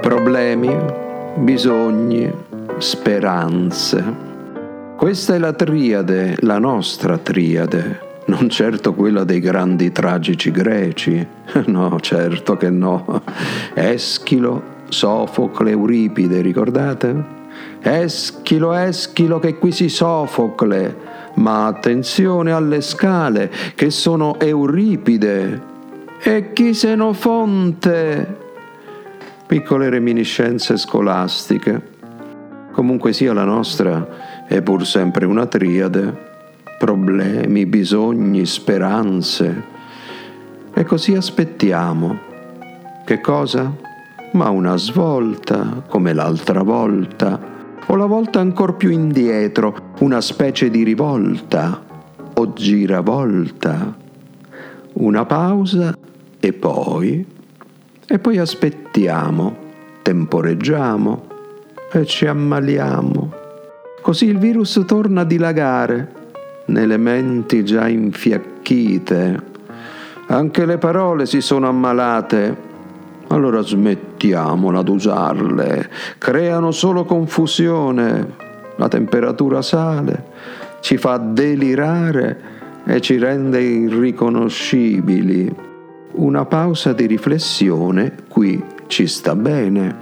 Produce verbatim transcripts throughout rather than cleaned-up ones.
Problemi, bisogni, speranze. Questa è la triade, la nostra triade, non certo quella dei grandi tragici greci. No, certo che no. Eschilo, Sofocle, Euripide, ricordate? Eschilo, Eschilo, che qui si Sofocle, ma attenzione alle scale, che sono Euripide. E chi Xenofonte? Piccole reminiscenze scolastiche. Comunque sia, la nostra è pur sempre una triade, problemi, bisogni, speranze. E così aspettiamo. Che cosa? Ma una svolta, come l'altra volta, o la volta ancor più indietro, una specie di rivolta o giravolta. Una pausa e poi, e poi aspettiamo, temporeggiamo e ci ammaliamo. Così il virus torna a dilagare nelle menti già infiacchite. Anche le parole si sono ammalate. Allora smettiamola d'usarle. Creano solo confusione. La temperatura sale, ci fa delirare e ci rende irriconoscibili. Una pausa di riflessione qui ci sta bene.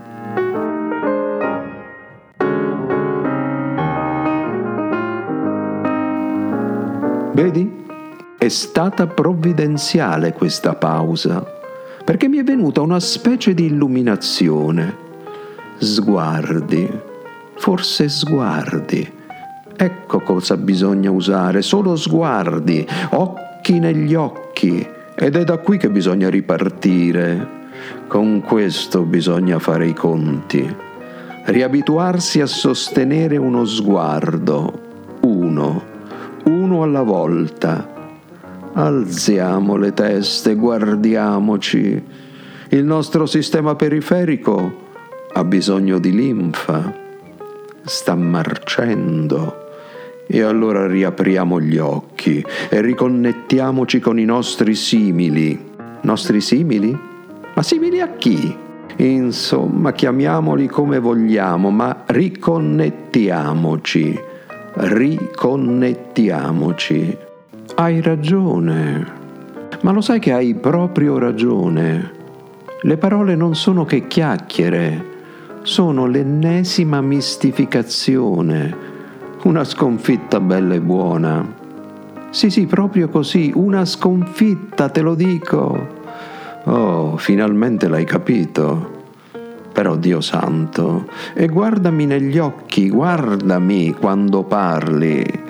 Vedi? È stata provvidenziale questa pausa, perché mi è venuta una specie di illuminazione. Sguardi, forse sguardi. Ecco cosa bisogna usare, solo sguardi, occhi negli occhi. Ed è da qui che bisogna ripartire. Con questo bisogna fare i conti. Riabituarsi a sostenere uno sguardo, uno. Uno alla volta. Alziamo le teste, guardiamoci. Il nostro sistema periferico ha bisogno di linfa, sta marcendo. E allora riapriamo gli occhi e riconnettiamoci con i nostri simili. Nostri simili? Ma simili a chi? Insomma, chiamiamoli come vogliamo, ma riconnettiamoci. Riconnettiamoci. Hai ragione, ma lo sai che hai proprio ragione. Le parole non sono che chiacchiere, sono l'ennesima mistificazione, una sconfitta bella e buona. Sì, sì, proprio così, una sconfitta, te lo dico. Oh, finalmente l'hai capito. Però Dio santo, e guardami negli occhi, guardami quando parli.